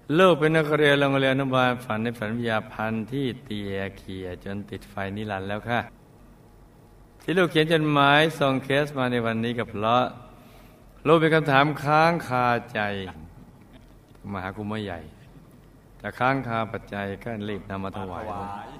ลูกเป็นนักเรียนโรงเรียนอนุบาลฝันในฝันวิทยาพันธ์ที่เตียเขียจนติดไฟนิรันดร์แล้วค่ะที่ลูกเขียนจดหมายส่งเคสมาในวันนี้ก็เพราะลูกมีคำถามค้างคาใจมาหาครูไม่ใหญ่แต่ค้างคาปัจจัยก็รีบนำมาถวาย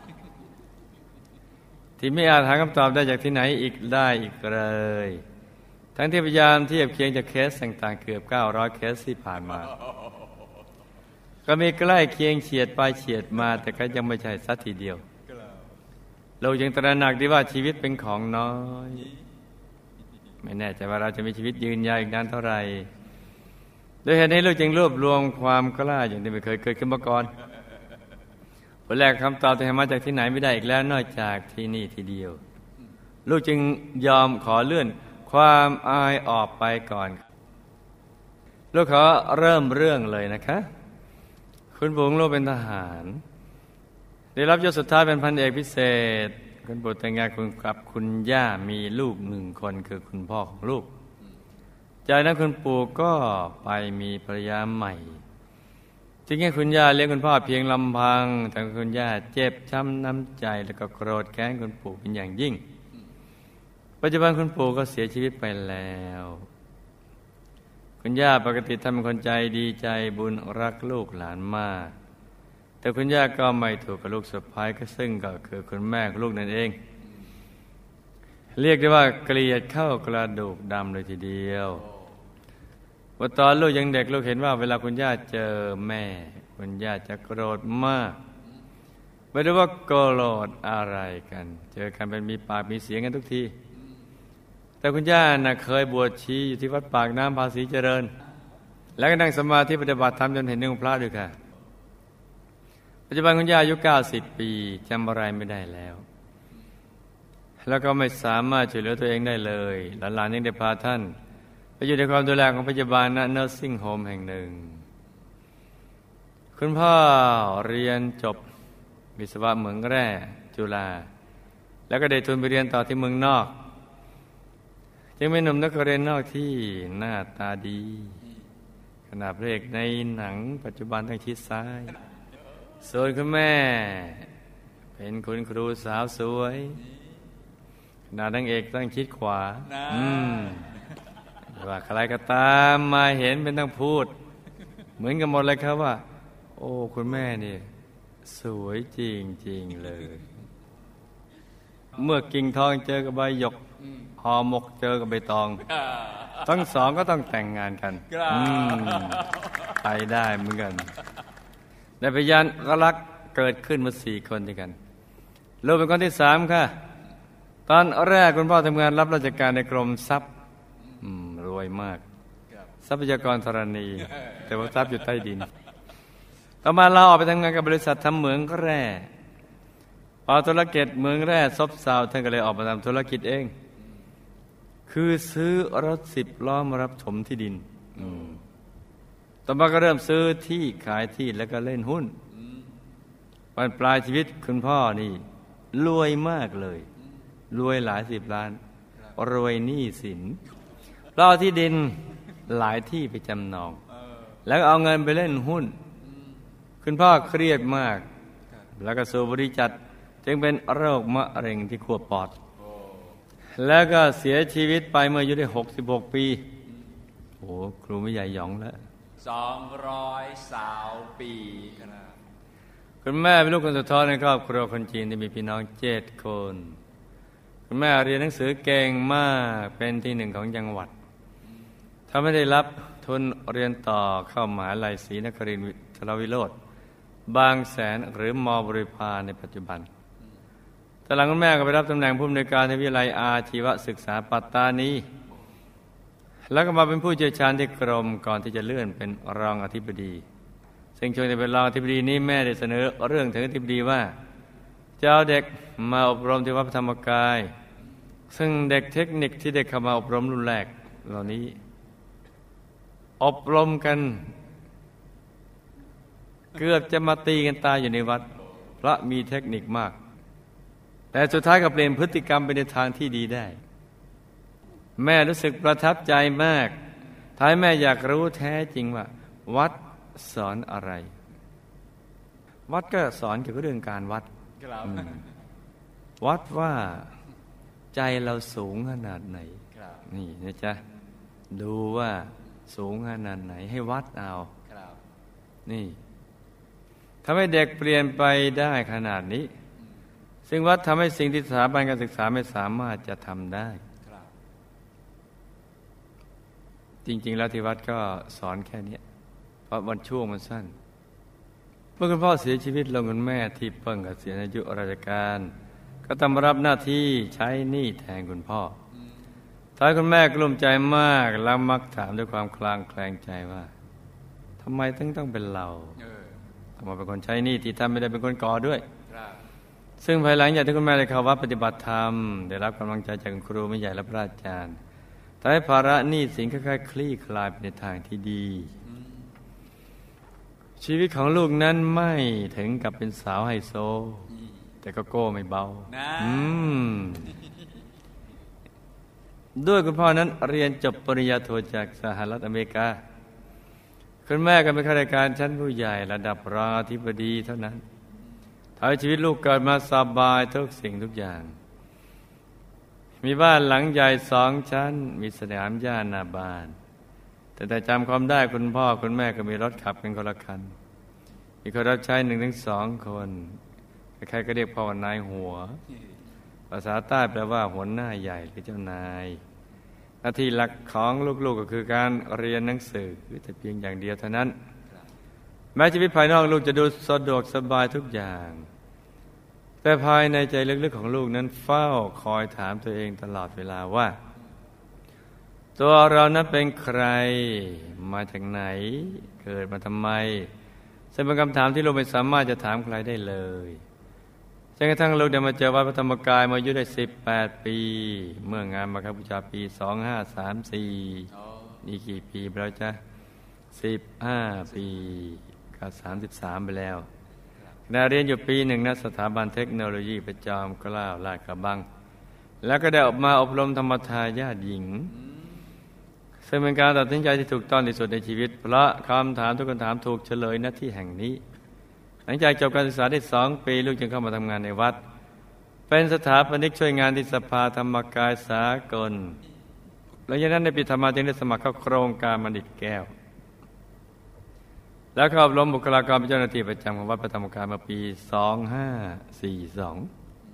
ที่ไม่อาจหาคำตอบได้จากที่ไหนอีกเลยทั้งที่พยายามเทียบเคียงจากเคสต่างๆเกือบ900เคสที่ผ่านมาก็มีใกล้เคียงเฉียดไปเฉียดมาแต่ก็ยังไม่ใช่สักทีเดียวเรายังตระหนักดีว่าชีวิตเป็นของน้อยไม่แน่ใจว่าเราจะมีชีวิตยืนยาวอีกนานเท่าไหร่โดยเหตุนี้ลูกจึงรวบรวมความกล้าอย่างที่ไม่เคยเกิดขึ้นมาก่อนผลแรกคำตอบจะหามาจากที่ไหนไม่ได้อีกแล้วนอกจากที่นี่ทีเดียวลูกจึงยอมขอเลื่อนความอายออกไปก่อนลูกขอเริ่มเรื่องเลยนะคะคุณปู่ของลูกเป็นทหารได้รับยศสุดท้ายเป็นพันเอกพิเศษคุณปู่แต่งงานกับคุณย่ามีลูก1 คนคือคุณพ่อของลูกจากนั้นคุณปู่ก็ไปมีภรรยาใหม่จึงให้คุณย่าเลี้ยงคุณพ่อเพียงลำพังแต่คุณย่าเจ็บช้ำน้ำใจแล้วก็โกรธแค้นคุณปู่เป็นอย่างยิ่งปัจจุบันคุณปู่ก็เสียชีวิตไปแล้วคุณย่าปกติท่านเป็นคนใจดีใจบุญรักลูกหลานมากแต่คุณย่าก็ไม่ถูกกับลูกสะใภ้ก็ซึ่งก็คือคุณแม่ของลูกนั่นเองเรียกได้ว่าเกลียดเข้ากระดูกดำเลยทีเดียวว่าตอนลูกยังเด็กลูกเห็นว่าเวลาคุณย่าเจอแม่คุณย่าจะโกรธมากไม่รู้ว่าโกรธอะไรกันเจอกันเป็นมีปากมีเสียงกันทุกทีแต่คุณย่าน่ะเคยบวชชีอยู่ที่วัดปากน้ำภาษีเจริญแล้วก็นั่งสมาธิปฏิบัติธรรมจนเห็นองค์พระด้วยค่ะปัจจุบันคุณย่าอายุ90 ปีจำอะไรไม่ได้แล้วแล้วก็ไม่สามารถช่วยเหลือตัวเองได้เลยหลานๆยังได้พาท่านไปอยู่ในความดูแลของพยาบาลณ Nursing Home แห่งหนึ่งคุณพ่อเรียนจบวิศวะเหมืองแร่จุฬาแล้วก็ได้ทุนไปเรียนต่อที่เมืองนอกจึงเป็นหนุ่มนักเรียนนอกที่หน้าตาดีขนาดพระเอกในหนังปัจจุบันทางชิดซ้ายส่วนคุณแม่เป็นคุณครูสาวสวยขนาดนางเอกตั้งชิดขวาว่าใครก็ตามมาเห็นเป็นต้องพูดเหมือนกันหมดเลยครับว่าโอ้คุณแม่นี่สวยจริงๆเลยเมื่อกิ่งทองเจอกับใบหยกห่อหมกเจอกับใบตองทั้งสองก็ต้องแต่งงานกันไปได้เหมือนกันในพยานก็รักเกิดขึ้นมา4 คนด้วยกันลูกเป็นคนที่3ค่ะตอนแรกคุณพ่อทำงานรับราชการในกรมทรัพย์รวยมากทรัพยากรธรณีแต่ว่าทรัพย์อยู่ใต้ดินต่อมาเราออกไปทำงานกับบริษัททำเหมืองแร่พอธุรกิจเหมืองแร่ซบเซาท่านก็เลยออกมาทำธุรกิจเองคือซื้อรถ10 ล้อมารับถมที่ดินต่อมาก็เริ่มซื้อที่ขายที่แล้วก็เล่นหุ้นวันปลายชีวิตคุณพ่อนี่รวยมากเลยรวยหลาย10 ล้านรวยหนี้สินเราเอาที่ดินหลายที่ไปจำนองแล้วเอาเงินไปเล่นหุ้นคุณพ่อเครียดมากแล้วก็สูบบุหรี่จัดจึงเป็นโรคมะเร็งที่ขั้วปอดแล้วก็เสียชีวิตไปเมื่ออายุได้66 ปีโอ้ครูไม่ใหญ่หยองแล้ว 200 ปีครับคุณแม่เป็นลูกคนสุดท้องในครอบครัวคนจีนที่มีพี่น้อง7 คนคุณแม่เรียนหนังสือเก่งมากเป็นที่1ของจังหวัดถ้าไม่ได้รับทุนเรียนต่อเข้ามหาวิทยาลัยศรีนครินทรวิโรธบางแสนหรือมบริพาในปัจจุบันแต่หลังคุณแม่ก็ไปรับตำแหน่งผู้อำนวยการวิทยาลัยอาชีวศึกษาปัตตานีแล้วก็มาเป็นผู้เชี่ยวชาญที่กรมก่อนที่จะเลื่อนเป็นรองอธิบดีซึ่งช่วงที่เป็นรองอธิบดีนี้แม่ได้เสนอเรื่องถึงอธิบดีว่าจะเอาเด็กมาอบรมที่วัดพระธรรมกายซึ่งเด็กเทคนิคที่เด็กเข้ามาอบรมรุ่นแรกเหล่านี้อบรมกันเกือบจะมาตีกันตายอยู่ในวัดเพราะมีเทคนิคมากแต่สุดท้ายก็เปลี่ยนพฤติกรรมไปในทางที่ดีได้แม่รู้สึกประทับใจมากท้ายแม่อยากรู้แท้จริงว่าวัดสอนอะไรวัดก็สอนเกี่ยวกับเรื่องการวัดครับวัดว่าใจเราสูงขนาดไหนครับนี่นะจ๊ะดูว่าสูงขนาดไหนให้วัดเอาครับนี่ทำให้เด็กเปลี่ยนไปได้ขนาดนี้ ซึ่งวัดทำให้สิ่งที่สถาบันการศึกษาไม่สามารถจะทำได้ครับจริงๆแล้วที่วัดก็สอนแค่นี้เพราะวันช่วงมันสั้นเมื่อคุณพ่อเสียชีวิตลงคุณแม่ที่เพิ่งเกษียณอายุราชการก็ต้องมารับหน้าที่ใช้หนี้แทนคุณพ่อท้ายคุณแม่กลุ้มใจมากแล้วมักถามด้วยความคลางแคลงใจว่าทำไมต้องเป็นเราทำไมเป็นคนใช้หนี้ที่ท่านไม่ได้เป็นคนก่อด้วยครับซึ่งภายหลังจากที่คุณแม่ได้เข้าวัดปฏิบัติธรรมได้รับกำลังใจจากคุณครูไม่ใหญ่และพระอาจารย์ทำให้ภาระหนี้สินค่อยๆคลี่คลายไปในทางที่ดีชีวิตของลูกนั้นไม่ถึงกับเป็นสาวไฮโซแต่ก็โก้ไม่เบาด้วยคุณพ่อนั้นเรียนจบปริญญาโทจากสหรัฐอเมริกาคุณแม่ก็เป็นข้าราชการชั้นผู้ใหญ่ระดับรองอธิบดีเท่านั้นทำให้ชีวิตลูกเกิดมาสบายทุกสิ่งทุกอย่างมีบ้านหลังใหญ่2 ชั้นมีสนามหญ้าหน้าบ้านแต่จำความได้คุณพ่อคุณแม่ก็มีรถขับกันคนละคันมีคนรับใช้1-2 คนใครๆก็เรียกพ่อว่านายหัวภาษาใต้แปลว่าหัวหน้าใหญ่หรือเจ้านายหน้าที่หลักของลูกๆก็คือการเรียนหนังสือแต่เพียงอย่างเดียวเท่านั้นแม้ชีวิตภายนอกลูกจะดูสะดวกสบายทุกอย่างแต่ภายในใจลึกๆของลูกนั้นเฝ้าคอยถามตัวเองตลอดเวลาว่าตัวเรานั้นเป็นใครมาจากไหนเกิดมาทำไมซึ่งเป็นคำถามที่ลูกไม่สามารถจะถามใครได้เลยจนกระทั่งลูกได้มาเจอวัดพระธรรมกายมาอายุได้18 ปีเมื่องานมาฆบูชาปี2534นี่กี่ปีไปแล้วจ๊ะ15 ปีก็33ไปแล้วขณะเรียนอยู่ปี 1ณสถาบันเทคโนโลยีประจอมเกล้าลาดกระบังแล้วก็ได้ออกมาอบรมธรรมทายาทหญิงซึ่งเป็นการตัดสินใจที่ถูกต้องที่สุดในชีวิตเพราะคำถามทุกคำถามถูกเฉลยณที่แห่งนี้หลังจากจบการศึกษาได้2 ปีลูกจึงเข้ามาทำงานในวัดเป็นสถาปนิกช่วยงานที่สภาธรรมกายสากลหลังจากนั้นในปีถัดมาจึงได้สมัครเข้าโครงการบัณฑิตแก้วแล้วเข้าอบรมบุคลากรเป็นเจ้าหน้าที่ประจำของวัดพระธรรมกายมาปี2542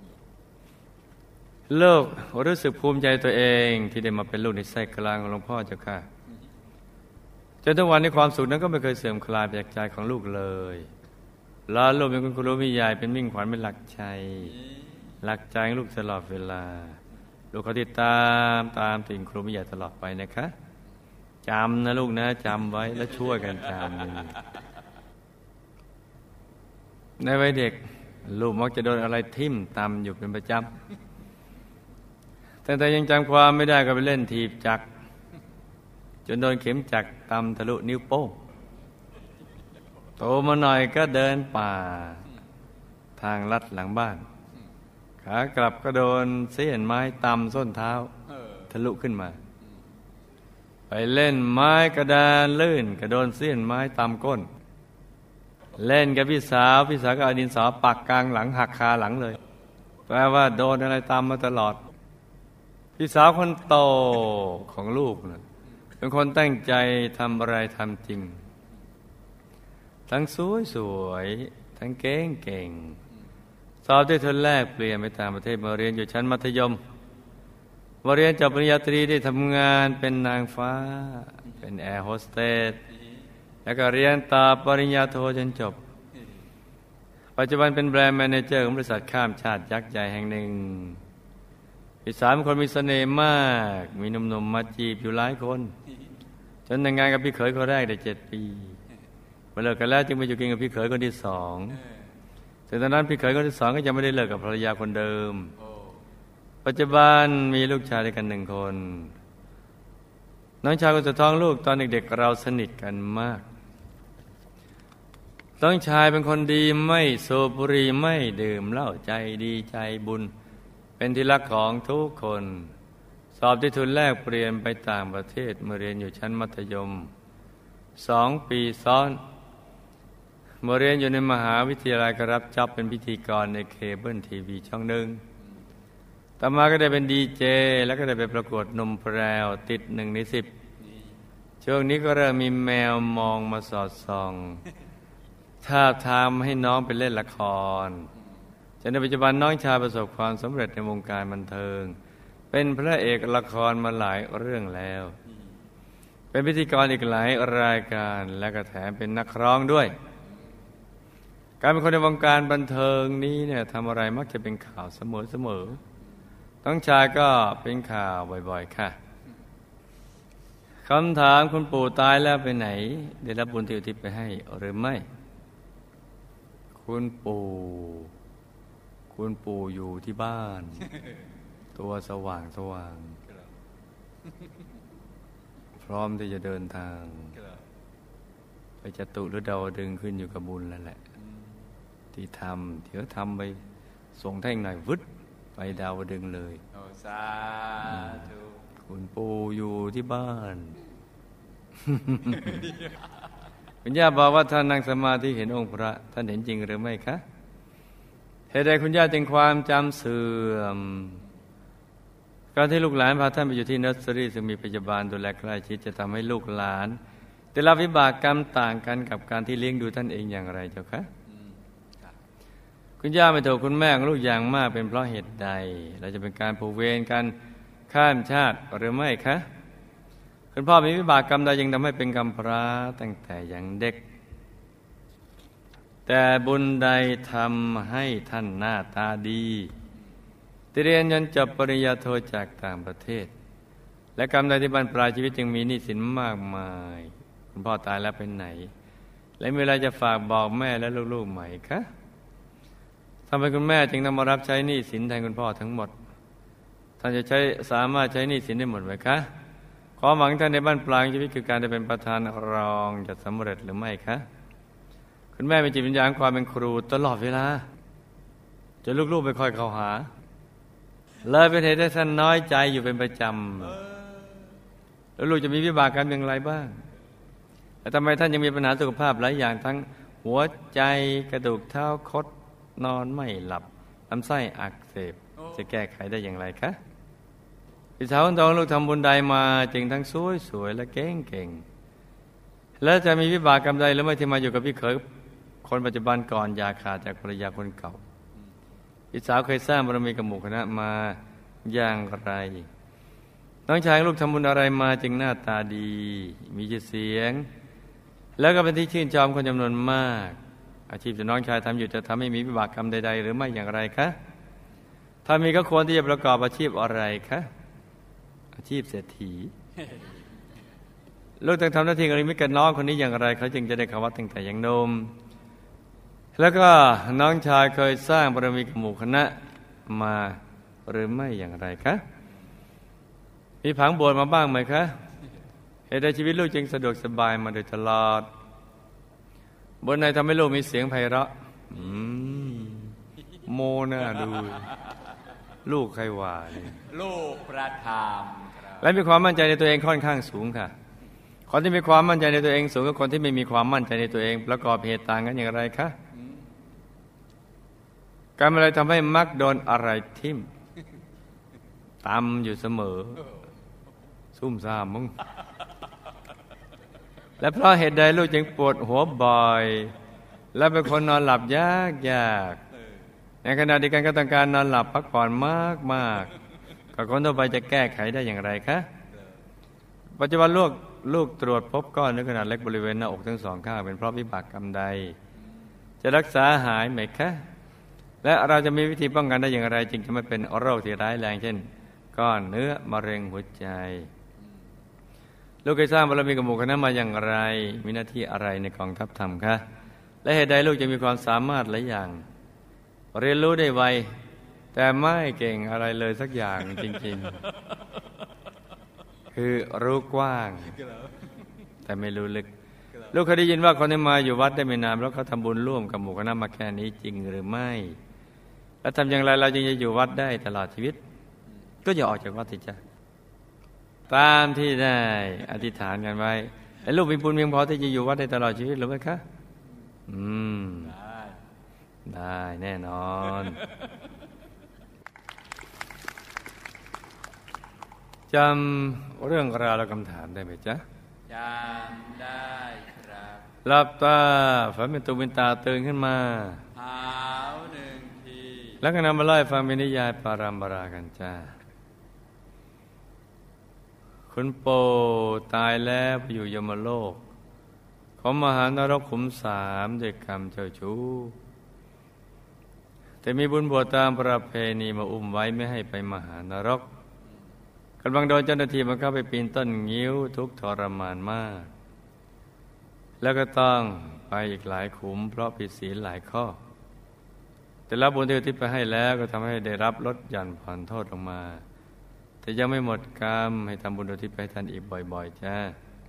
ลูกรู้สึกภูมิใจตัวเองที่ได้มาเป็นลูกในไส้กลางของหลวงพ่อเจ้าค่ะจนทุกวันนี้ความสุขนั้นก็ไม่เคยเสื่อมคลายไปจากใจของลูกเลยลาลูกเป็นคุณครูวิทยาเป็นมิ่งขวัญเป็นหลักใจของลูกตลอดเวลาลูกเขาติดตามติ่งครูวิทยาตลอดไปนะคะจำนะลูกนะจำไว้แล้วช่วยกันจำในวัยเด็กลูกมักจะโดนอะไรทิ่มตำอยู่เป็นประจำแต่ยังจำความไม่ได้ก็ไปเล่นถีบจักรจนโดนเข็มจักรตำทะลุนิ้วโป้งโตมาหน่อยก็เดินป่าทางลัดหลังบ้านขากลับก็โดนเสี้ยนไม้ตำส้นเท้าทะลุขึ้นมาไปเล่นไม้กระดานลื่นก็โดนเสี้ยนไม้ตำก้นเล่นกับพี่สาวก็เอาดินสอปักกลางหลังหักคาหลังเลยแปลว่าโดนอะไรตำมาตลอดพี่สาวคนโตของลูกนะเป็นคนตั้งใจทำอะไรทำจริงทั้งสวยทั้งเก่งสอบได้ทุนแรกเปลี่ยนไปต่างประเทศมาเรียนอยู่ชั้นมัธยมมาเรียนจบปริญญาตรีได้ทำงานเป็นนางฟ้าเป็นแอร์โฮสเตสแล้วก็เรียนต่อปริญญาโทจนจบปัจจุบันเป็นแบรนด์แมเนเจอร์ของบริษัทข้ามชาติยักษ์ใหญ่แห่งหนึ่งพี่สาวเป็นคนมีเสน่ห์มากมีหนุ่มๆมาจีบอยู่หลายคนจนแต่งงานกับพี่เขยคนแรกได้7 ปีเมื่อเลิกกันแล้วจึงไปอยู่กินกับพี่เขยคนที่2แต่ตอนนั้นพี่เขยคนที่2ก็ยังไม่ได้เลิกกับภรรยาคนเดิมปัจจุบันมีลูกชายด้วยกัน1 คนน้องชายคนสุดท้องลูกตอนเด็กๆเราสนิทกันมากน้องชายเป็นคนดีไม่สูบบุหรี่ไม่ดื่มเหล้าใจดีใจบุญเป็นที่รักของทุกคนสอบได้ทุนแรกเปลี่ยนไปต่างประเทศเมื่อเรียนอยู่ชั้นมัธยม2 ปีซ้อนเมื่อเรียนอยู่ในมหาวิทยาลัยก็รับจ็อบเป็นพิธีกรในเคเบิลทีวีช่องหนึ่งต่อมาก็ได้เป็นดีเจแล้วก็ได้ไปประกวดนมแพรวติด1 ใน 10ช่วงนี้ก็เริ่มมีแมวมองมาสอดส่องท้าทามให้น้องไปเล่นละครจนในปัจจุบันน้องชายประสบความสำเร็จในวงการบันเทิงเป็นพระเอกละครมาหลายเรื่องแล้วเป็นพิธีกรอีกหลายรายการและก็แถมเป็นนักร้องด้วยการเป็นคนในวงการบันเทิงนี้เนี่ยทำอะไรมักจะเป็นข่าวเสมอน้องชายก็เป็นข่าวบ่อยๆค่ะคำถามคุณปู่ตายแล้วไปไหนได้รับบุญที่อุทิศไปให้หรือไม่คุณปู่อยู่ที่บ้านตัวสว่างพร้อมที่จะเดินทางไปจตุหรือดาวดึงขึ้นอยู่กับบุญแล้วแหละที่ทำเดี๋ยวทำไปส่งแท่งหน่อยวึดไปดาวดึงเลยสาธุคุณปู่อยู่ที่บ้านคุณย่าบอกว่าท่านนั่งสมาธิเห็นองค์พระท่านเห็นจริงหรือไม่คะเหตุใดคุณย่าจึงความจำเสื่อมการที่ลูกหลานพาท่านไปอยู่ที่เนอร์เซอรี่ซึ่งมีพยาบาลดูแลใกล้ชิดจะทำให้ลูกหลานได้รับวิบากกรรมต่างกันกับการที่เลี้ยงดูท่านเองอย่างไรเจ้าคะคุณย่าไม่ถูกคุณแม่ของลูกอย่างมากเป็นเพราะเหตุใดเราจะเป็นการผูกเวรกันข้ามชาติหรือไม่คะคุณพ่อมีวิบากกรรมใดยังทำให้เป็นกำพร้าตั้งแต่ยังเด็กแต่บุญใดทำให้ท่านหน้าตาดีเรียนจนจบปริญญาโทจากต่างประเทศและกรรมใดที่บรรปลายชีวิตจึงมีหนี้สินมากมายคุณพ่อตายแล้วเป็นไหนและมีอะไรจะฝากบอกแม่และลูกๆใหม่คะทำไมคุณแม่จึงต้องมารับใช้หนี้สินแทนคุณพ่อทั้งหมดท่านจะสามารถใช้หนี้สินได้หมดไหมคะความหวังท่านในบ้านปลายชีวิตคือการได้เป็นประธานรองจะสำเร็จหรือไม่คะคุณแม่มีจิตวิญญาณความเป็นครูตลอดเวลาจะลูกๆไม่ค่อยเข้าหาเลยเป็นเหตุให้ท่านน้อยใจอยู่เป็นประจำแล้วลูกจะมีวิบากกรรมอย่างไรบ้างแต่ทำไมท่านยังมีปัญหาสุขภาพหลายอย่างทั้งหัวใจกระดูกเท้าคดนอนไม่หลับลำไส้อักเสบจะแก้ไขได้อย่างไรคะพี่สาวของลูกทำบุญใดมาจึงทั้งสวยและเก่งแล้วจะมีวิบากกรรมใดหรือไม่ที่มาอยู่กับพี่เขยคนปัจจุบันก่อนอย่าขาดจากภรรยาคนเก่าพี่สาวเคยสร้างบารมีกับหมู่คณะมาอย่างไรน้องชายลูกทำบุญอะไรมาจึงหน้าตาดีมีชื่อเสียงแล้วก็เป็นที่ชื่นชมคนจำนวนมากอาชีพที่น้องชายทำอยู่จะทำให้มีวิบากกรรมใดๆหรือไม่อย่างไรคะถ้ามีก็ควรที่จะประกอบอาชีพอะไรคะอาชีพเศรษฐีลูกต้องทำหน้าที่กับมิตรกับน้องคนนี้อย่างไรเขาจึงจะได้เข้าวัดตั้งแต่ยังหนุ่มแล้วก็น้องชายเคยสร้างบารมีกับหมู่คณะมาหรือไม่อย่างไรคะมีผังบวชมาบ้างไหมคะเหตุใดชีวิตลูกจึงสะดวกสบายมาโดยตลอดบนไหนทำให้ลูกมีเสียงไพเราะโมน่าดูลูกใครว่าลูกประธานและมีความมั่นใจในตัวเองค่อนข้างสูงค่ะคนที่มีความมั่นใจในตัวเองสูงกับคนที่ไม่มีความมั่นใจในตัวเองประกอบเหตุต่างกันอย่างไรคะการอะไรทำให้มักโดนอะไรทิ่มตำอยู่เสมอซุ่มซ่ามมึงและเพราะเหตุใดลูกจึงปวดหัวบ่อยและเป็นคนนอนหลับยากในขณะเดียวกันก็ต้องการนอนหลับพักผ่อนมากก็คนทั่วไปจะแก้ไขได้อย่างไรคะปัจจุบันลูกตรวจพบก้อนเนื้อขนาดเล็กบริเวณหน้าอกทั้งสองข้างเป็นเพราะวิบากกรรมใดจะรักษาหายไหมคะและเราจะมีวิธีป้องกันได้อย่างไรจึงจะไม่เป็นโรคที่ร้ายแรงเช่นก้อนเนื้อมะเร็งหัวใจลูกเคยสร้างบารมีกับหมู่คณะมาอย่างไรมีหน้าที่อะไรในกองทัพธรรมคะและเหตุใดลูกจะมีความสามารถหลายอย่างเรียนรู้ได้ไวแต่ไม่เก่งอะไรเลยสักอย่างจริงๆคือรู้กว้างแต่ไม่รู้ลึกลูกเคยได้ยินว่าคนที่มาอยู่วัดได้ไม่นานแล้วเขาทำบุญร่วมกับหมู่คณะมาแค่นี้จริงหรือไม่และทำอย่างไรเราจึงจะอยู่วัดได้ตลอดชีวิตก็อย่าออกจากวัดสิจ้ะตามที่ได้อธิษฐานกันไว้ไอ้ลูกมีบุญเพียงพอที่จะอยู่วัดได้ตลอดชีวิตหรือไม่คะอืม ได้แน่นอน จำเรื่องราวและคำถามได้ไหมจ๊ะจำได้ครับหลับตาฝันเป็นตุเป็นตาตื่นขึ้นมาหาวหนึ่งทีแล้วก็นำมาไล่ฟังเป็นนิยายปารัมปรากันจ้าคุณโปตายแล้วไปอยู่ยมโลกของมหานรกขุมสามด้วยกรรมเจ้าชู้แต่มีบุญบวชตามประเพณีมาอุ้มไว้ไม่ให้ไปมหานรกกำลังโดนเจ้าหน้าที่บังคับไปปีนต้นงิ้วทุกทรมานมากแล้วก็ต้องไปอีกหลายขุมเพราะผิดศีลหลายข้อแต่รับบุญที่ไปให้แล้วก็ทำให้ได้รับลดหย่อนผ่อนโทษลงมาแต่ยังไม่หมดกรรมให้ทำบุญที่ไปให้ท่านอีกบ่อยๆจ้า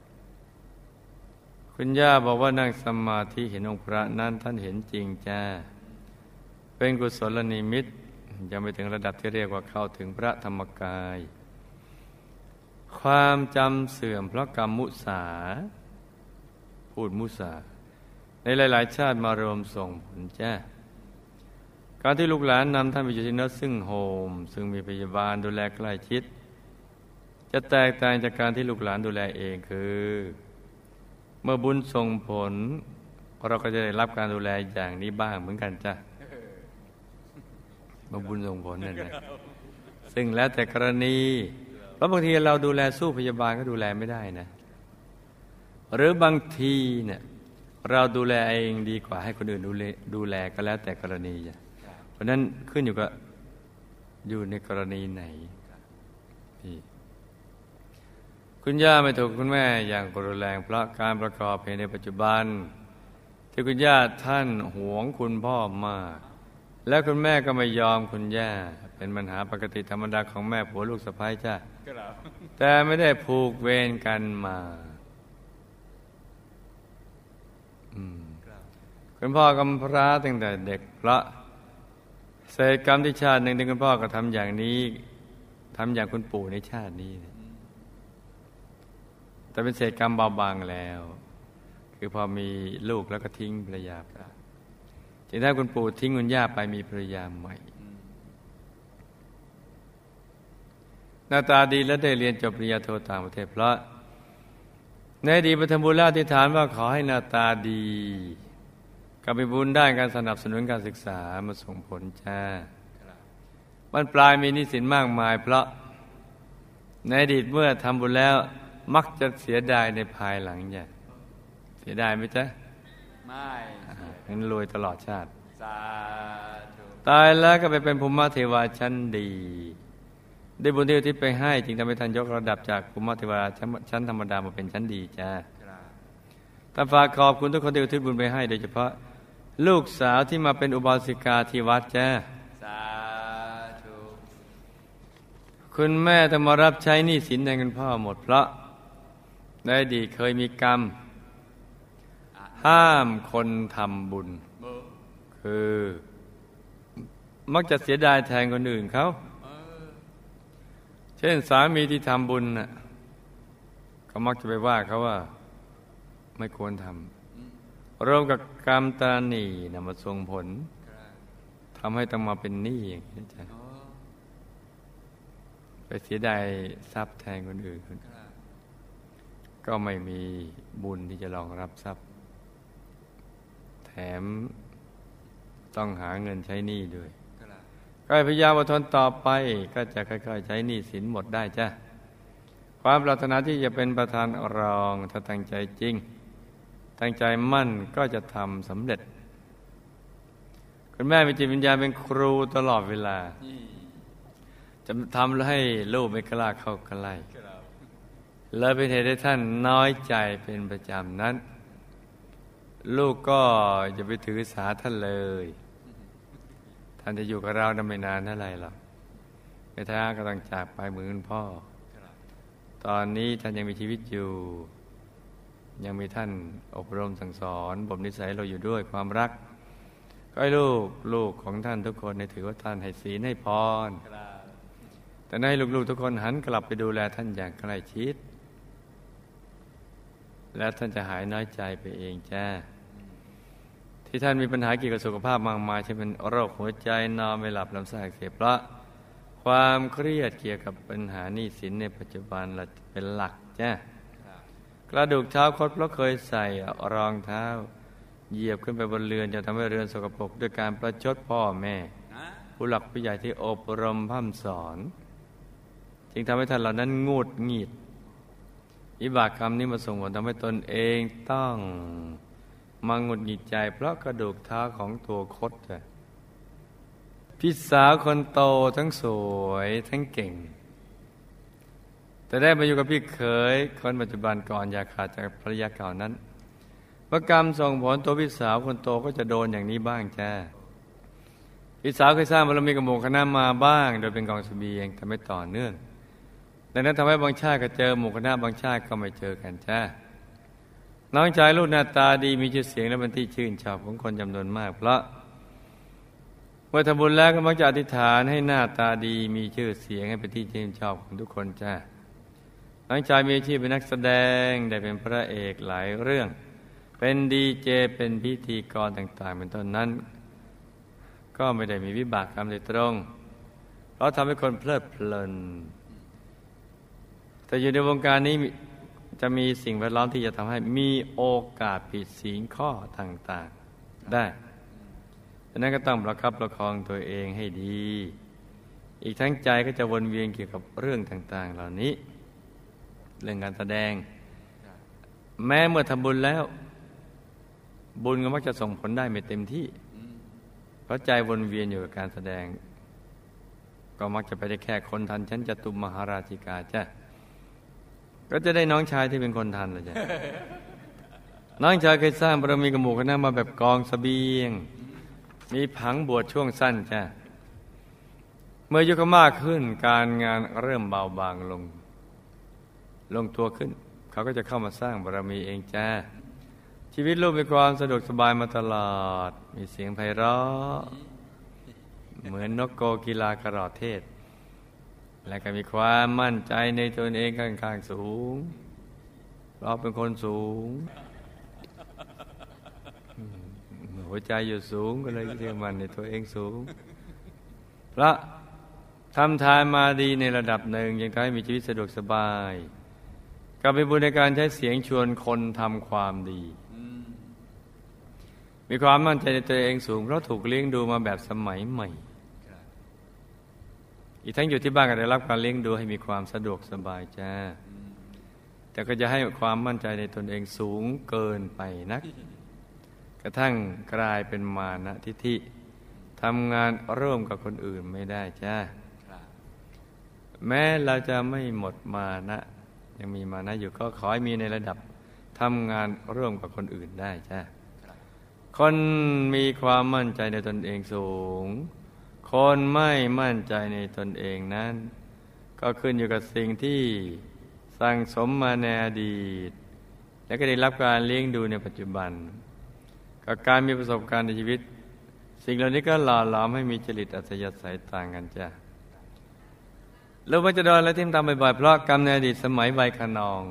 คุณย่าบอกว่านั่งสมาธิเห็นองค์พระนั้นท่านเห็นจริงจ้าเป็นกุศลนิมิตยังไม่ถึงระดับที่เรียกว่าเข้าถึงพระธรรมกายความจำเสื่อมเพราะกรรมมุสาพูดมุสาในหลายๆชาติมารวมส่งผลจ้าการที่ลูกหลานนำท่านไปอยู่ที่นั่นซึ่งโฮมซึ่งมีพยาบาลดูแลใกล้ชิดจะแตกต่างจากการที่ลูกหลานดูแลเองคือเมื่อบุญส่งผลเราก็จะได้รับการดูแลอย่างนี้บ้างเหมือนกันจ้ะเมื่อบุญส่งผลนั่นนะซึ่งแล้วแต่กรณีเพราะบางทีเราดูแลสู้พยาบาลก็ดูแลไม่ได้นะหรือบางทีเนี่ยเราดูแลเองดีกว่าให้คนอื่นดูแลก็แล้วแต่กรณีจ้ะเพราะนั้นขึ้นอยู่กับอยู่ในกรณีไหนนี่คุณย่าไม่ถูกคุณแม่อย่างรุนแรงเพราะการประกอบเพลงในปัจจุบันที่คุณย่าท่านหวงคุณพ่อมากและคุณแม่ก็ไม่ยอมคุณย่าเป็นปัญหาปกติธรรมดาของแม่ผัวลูกสะใภ้จ้ะแต่ไม่ได้ผูกเวรกันมาคุณพ่อกำพร้าตั้งแต่เด็กเพราะเศษกรรมที่ชาติหนึ่งที่คุณพ่อก็ทำอย่างนี้ทำอย่างคุณปู่ในชาตินี้แต่เป็นเศษกรรมเบาบางแล้วคือพอมีลูกแล้วก็ทิ้งภรรยาไปจนถ้าคุณปู่ทิ้งคุณย่าไปมีภรรยาใหม่หน้าตาดีและได้เรียนจบปริญญาโทต่างประเทศเพราะในอดีตไปทำบุญแล้วอธิษฐานว่าขอให้หน้าตาดีกับมีบุญด้านการสนับสนุนการศึกษามาส่งผลจ้ามันปลายมีหนี้สินมากมายเพราะในอดีตเมื่อทำบุญแล้วมักจะเสียดายในภายหลังเนี่ยเสียดายไหมจ๊ะไม่งั้นรวยตลอดชาติสาธุตายแล้วก็ไปเป็นภูมิเทวาชั้นดีได้บุญที่อุทิศไปให้จึงทำให้ท่านยกระดับจากภูมิเทวาชั้นธรรมดามาเป็นชั้นดีจ้าท่านฝากขอบคุณทุกคนที่อุทิศบุญไปให้โดยเฉพาะลูกสาวที่มาเป็นอุบาสิกาที่วัดจ้าสาธุคุณแม่ต้องมารับใช้หนี้สินแทนคุณพ่อหมดเพราะในอดีตเคยมีกรรมห้ามคนทำบุญคือมักจะเสียดายแทนคนอื่นเขาเช่นสามีที่ทำบุญน่ะเขามักจะไปว่าเขาว่าไม่ควรทำรวมกับกรรมตาหนีนำมาส่งผลทำให้ต้องมาเป็นหนี้อย่างนี้จ้ะไปเสียดายทรัพย์แทนคนอื่นก็ไม่มีบุญที่จะรองรับทรัพย์แถมต้องหาเงินใช้หนี้ด้วยก็พยายามอดทนต่อไปก็จะค่อยๆใช้หนี้สินหมดได้จ้ะความปรารถนาที่จะเป็นประธานรองถ้าตั้งใจจริงตั้งใจมั่นก็จะทำสำเร็จคุณแม่มีจิตวิญญาณเป็นครูตลอดเวลาจะทำให้ลูกไม่กล้าเข้าใกล้เลยเป็นเหตุให้ท่านน้อยใจเป็นประจำนั้นลูกก็อย่าไปถือสาท่านเลยท่านจะอยู่กับเราไม่นานเท่าไรหรอกไม่ท้าก็ต้องจากไปเหมือนพ่อตอนนี้ท่านยังมีชีวิตอยู่ยังมีท่านอบรมสั่งสอนบ่มนิสัยเราอยู่ด้วยความรักก็ให้ลูกของท่านทุกคนถือว่าท่านให้ศีลให้พรแต่ให้ลูกๆทุกคนหันกลับไปดูแลท่านอย่างใกล้ชิดและท่านจะหายน้อยใจไปเองจ้าที่ท่านมีปัญหาเกี่ยวกับสุขภาพมากมายเช่นเป็นโรคหัวใจนอนไม่หลับลำไส้อักเสบเพราะความเครียดเกี่ยวกับปัญหาหนี้สินในปัจจุบันเราเป็นหลักจ้ะกระดูกเท้าคดเพราะเคยใส่รองเท้าเหยียบขึ้นไปบนเรือนจะทำให้เรือนสกปรกด้วยการประชดพ่อแม่ผู้หลักผู้ใหญ่ที่อบรมพร่ำสอนจึงทำให้ท่านเหล่านั้นงุดหงิดวิบากกรรมนี้มาส่งผลทำให้ตนเองต้องมาหงุดหงิดใจเพราะกระดูกเท้าของตัวคดจ้ะพี่สาวคนโตทั้งสวยทั้งเก่งแต่ได้มาอยู่กับพี่เขยคนปัจจุบันก่อนอย่าขาดจากภรรยาเก่านั้นเมื่อกรรมส่งผลตัวพี่สาวคนโตก็จะโดนอย่างนี้บ้างจ้าพี่สาวเคยสร้างบารมีกับหมู่คณะมาบ้างโดยเป็นกองเสบียงแต่ไม่ต่อเนื่องดังนั้นทำให้บางชาติก็เจอหมู่คณะบางชาติก็ไม่เจอกันจ้าน้องชายลูกหน้าตาดีมีชื่อเสียงและเป็นที่ชื่นชอบของคนจำนวนมากเพราะเมื่อทำบุญแล้วก็มักจะอธิษฐานให้หน้าตาดีมีชื่อเสียงให้เป็นที่ชื่นชอบของทุกคนจ้าน้องชายมีอาชีพเป็นนักแสดงได้เป็นพระเอกหลายเรื่องเป็นดีเจเป็นพิธีกรต่างๆเป็นต้นนั้นก็ไม่ได้มีวิบากกรรมโดยตรงเพราะทำให้คนเพลิดเพลินแต่อยู่ในวงการนี้จะมีสิ่งแวดล้อมที่จะทำให้มีโอกาสผิดศีลข้อต่างๆได้ดังนั้นก็ต้องประคับประคองตัวเองให้ดีอีกทั้งใจก็จะวนเวียนเกี่ยวกับเรื่องต่างๆเหล่านี้เรื่องการแสดงแม้เมื่อทำบุญแล้วบุญก็มักจะส่งผลได้ไม่เต็มที่เพราะใจวนเวียนอยู่กับการแสดงก็มักจะไปได้แค่คนทันชั้นจตุมหาราชิกาจ้ะก็จะได้น้องชายที่เป็นคนทันเลยจ้ะ น้องชายเคยสร้างบารมีกับหมู่คณะมาแบบกองเสบียงมีผังบวชช่วงสั้นจ้ะเมื่ออายุเขามากขึ้นการงานเริ่มเบาบางลงตัวขึ้นเขาก็จะเข้ามาสร้างบารมีเองจ้าชีวิตลูกมีความสะดวกสบายมาตลอดมีเสียงไพเราะเหมือนนกโกกีฬากระรอกเทศและก็มีความมั่นใจในตนเองค่อนข้างสูงเราเป็นคนสูงหัวใจอยู่สูงก็เลยเชื่อมั่นในตัวเองสูงเพราะทำทานมาดีในระดับหนึ่งยังทำให้มีชีวิตสะดวกสบายกับมีบุญในการใช้เสียงชวนคนทำความดีมีความมั่นใจในตัวเองสูงเพราะถูกเลี้ยงดูมาแบบสมัยใหม่อีกทั้งอยู่ที่บ้านก็ได้รับการเลี้ยงดูให้มีความสะดวกสบายจ้าแต่ก็จะให้ความมั่นใจในตนเองสูงเกินไปนักกระทั่งกลายเป็นมานะทิฐิทำงานร่วมกับคนอื่นไม่ได้จ้าแม้เราจะไม่หมดมานะยังมีมานะอยู่ก็ขอให้มีในระดับทำงานร่วมกับคนอื่นได้จ้าคนมีความมั่นใจในตนเองสูงคนไม่มั่นใจในตนเองนั้นก็ขึ้นอยู่กับสิ่งที่สั่งสมมาในอดีตและก็ได้รับการเลี้ยงดูในปัจจุบันกับการมีประสบการณ์ในชีวิตสิ่งเหล่านี้ก็หล่อหลอมให้มีจริตอัธยาศัยต่างกันจ้ะลูกมันจะโดนและทิ่มตามบ่อยๆเพราะกรรมในอดีตสมัยใบขนอง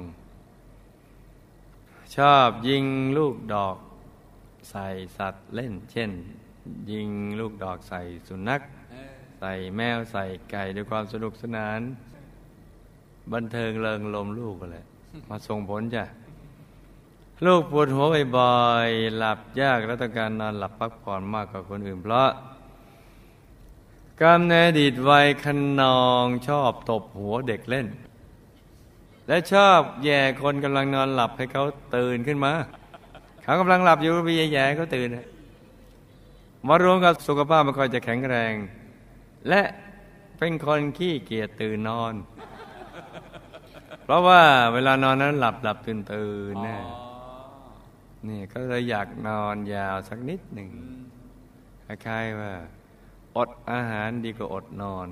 ชอบยิงลูกดอกใส่สัตว์เล่นเช่นยิงลูกดอกใส่สุนัขใส่แมวใส่ไก่ด้วยความสนุกสนานบันเทิงเริงรมย์ลูกอะไรมาส่งผลจ้ะลูกปวดหัวบ่อยๆหลับยากและต้องการนอนหลับพักผ่อนมากกว่าคนอื่นเพราะกรรมในอดีตวัยขนองชอบตบหัวเด็กเล่นและชอบแย่คนกำลังนอนหลับให้เขาตื่นขึ้นมาเขากำลังหลับอยู่ไปแย่ๆเขาตื่นมารวมกับสุขภาพไม่ค่อยจะแข็งแรงและเป็นคนขี้เกียจตื่นนอนเพราะว่าเวลานอนนั้นหลับตื่นแน่นี่ก็เลยอยากนอนยาวสักนิดหนึ่งคล้ายๆว่าอดอาหารดีกว่าอดนอน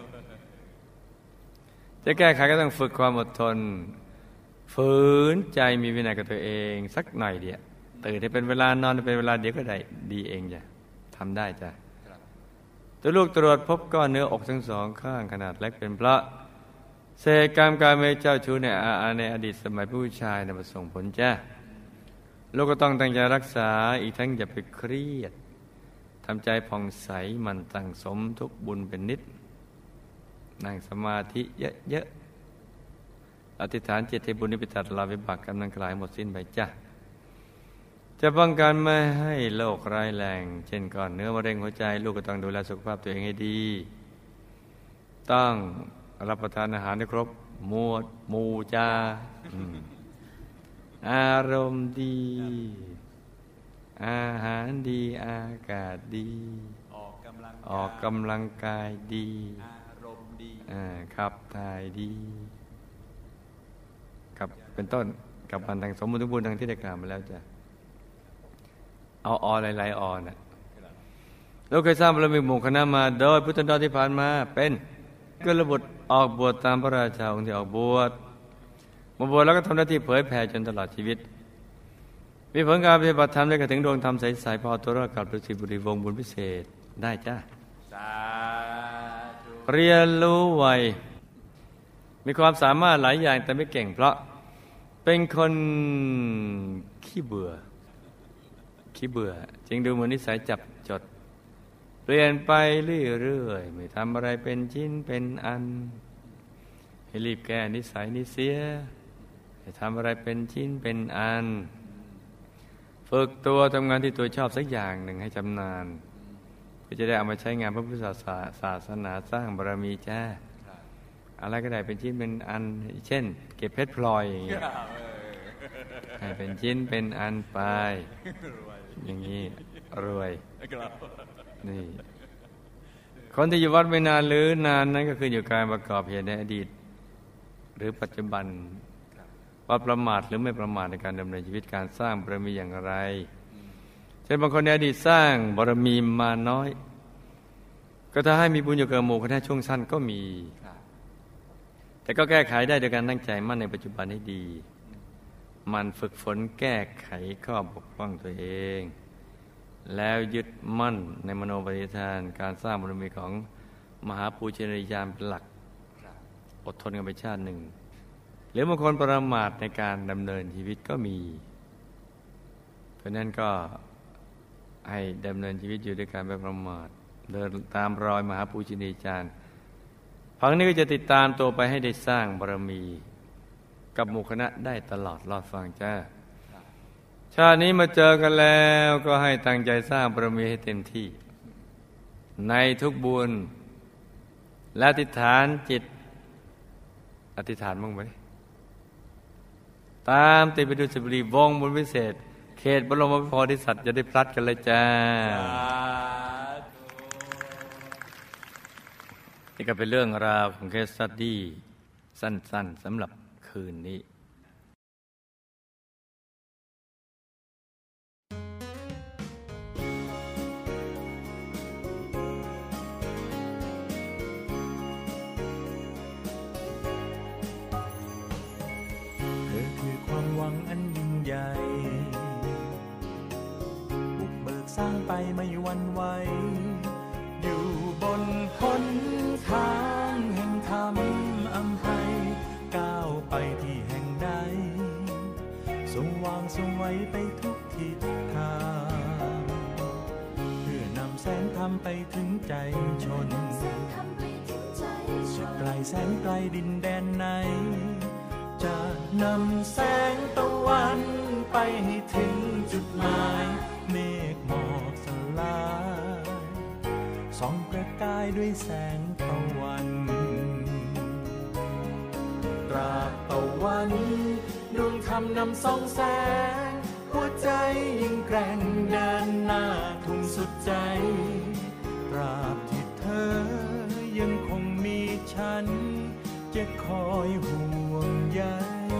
จะแก้ไขก็ต้องฝึกความอดทนฝืนใจมีวินัยกับตัวเองสักหน่อยเดียวตื่นให้เป็นเวลานอนเป็นเวลาเดี๋ยวก็ได้ดีเองจ้ะทำได้จ้ะตัวลูกตรวจพบก้อนเนื้ออกทั้งสองข้างขนาดเล็กเป็นเพราะเศษกรรมการเมเจ้าชู้ในอดีตสมัยผู้ชายมาส่งผลจ้ะลูกก็ต้องตั้งใจรักษาอีกทั้งอย่าไปเครียดทำใจผ่องใสมันตั้งสมทุกบุญเป็นนิดนั่งสมาธิเยอะๆอธิษฐานจิตให้บุญนี้ไปตัดลาวิบากกรรมนั้นคลายหมดสิ้นไปจ้ะจะป้องกันไม่ให้โรคร้ายแรงเช่นก้อนเนื้อมะเร็งหัวใจลูกก็ต้องดูแลสุขภาพตัวเองให้ดีต้องรับประทานอาหารให้ครบหมู่จ้าอารมณ์ดีอาหารดีอากาศดีออกกำลังกายดีอารมณ์ดีขับถ่ายดีกับเป็นต้นกับพันทางสมบูรณ์ทุกบุญทางที่ได้กล่าวมาแล้วจ้ะเอาหลายๆน่ะเราเคยสร้างบารมีหมู่คณะมาโดยพุทธันดรที่ผ่านมาเป็นกุลบุตรออกบวชตามพระราชาองค์ที่ออกบวชมาบวชแล้วก็ทำหน้าที่เผยแผ่จนตลอดชีวิตมีผลการปฏิบัติธรรมได้กระถึงดวงธรรมใสๆพอตัวรอดกับฤาษีบุรีวงศ์บุญพิเศษได้จ้าสาธุเรียนรู้ไวมีความสามารถหลายอย่างแต่ไม่เก่งเพราะเป็นคนขี้เบื่อจึงดูเหมือนนิสัยจับจดเปลี่ยนไปเรื่อยๆไม่ทำอะไรเป็นชิ้นเป็นอันให้รีบแก้นิสัยนี้เสียให้ทำอะไรเป็นชิ้นเป็นอันฝึกตัวทำงานที่ตัวชอบสักอย่างหนึ่งให้ชำนาญเพื่อจะได้เอามาใช้งานพระพุทธศาสนาสร้างบารมีจ้าอะไรก็ได้เป็นชิ้นเป็นอันเช่นเก็บเพชรพลอยอย่างเงี้ยให้เป็นชิ้นเป็นอันไปอย่างนี้รวยนี่คนที่อยู่วัดไม่นานหรือนานนั้นก็คืออยู่การประกอบเหตุในอดีตหรือปัจจุบันว่าประมาทหรือไม่ประมาทในการดำเนินชีวิตการสร้างบารมีอย่างไรเช่นบางคนในอดีตสร้างบารมีมาน้อยก็ถ้าให้มีบุญอยู่กับหมู่คณะช่วงสั้นก็มีแต่ก็แก้ไขได้โดยการตั้งใจมั่นในปัจจุบันให้ดีมันฝึกฝนแก้ไขข้อบกพร่องตัวเองแล้วยึดมั่นในมโนปณิธานการสร้างบารมีของมหาปูชนียญาณเป็นหลักอดทนกันไปชาติหนึ่งหรือบางคนประมาทในการดำเนินชีวิตก็มีเพราะนั้นก็ให้ดำเนินชีวิตอยู่ด้วยการไม่ประมาทเดินตามรอยมหาปูชนียญาณพังนี้ก็จะติดตามตัวไปให้ได้สร้างบารมีกับหมู่คณะได้ตลอดรอดฟังจ้าชาตินี้มาเจอกันแล้วก็ให้ตั้งใจสร้างบารมีให้เต็มที่ในทุกบุญและอธิษฐานจิตอธิษฐานบ้างไหมตามติดไปดูสิบรีวงบุญวิเศษเขตบรมโพธิสัตว์จะได้พลัดกันเลยจ้านี่ก็เป็นเรื่องราวของเคสสตัดดี้สั้นๆสำหรับคืนนี้หวังอันยิ่งใหญ่บุกเบิกสร้างไปไม่หวั่นไหวอยู่บนหนทางแห่งธรรมอำไพก้าวไปที่แห่งใดทรงวางทรงไว้ไปทุกทิศทางเพื่อนำแสงธรรมไปถึงใจชนสุดไกลแสนไกลดินแดนไหนจะนำแสงตะวันไปให้ถึงจุดหมายเมฆหมอกสลายส่องประกายด้วยแสงตะวันตราบตะวันดวงธรรมนำส่องแสงหัวใจยิ่งแกร่งเดินหน้าทุ่งสุดใจตราบที่เธอยังคงมีฉันจะคอยห่วงใย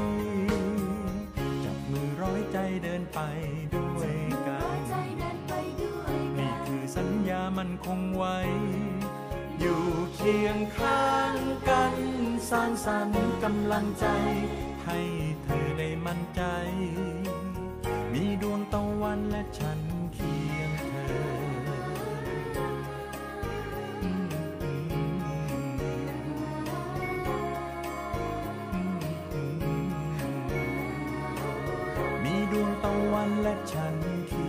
จับมือร้อยใจเดินไปด้วยกันนี่คือสัญญามันคงไว้อยู่เคียงข้างกันสร้างสรรค์กำลังใจให้เธอได้มั่นใจมีดวงตะวันและฉันเคียงเธอดวงตะวันและฉันคิ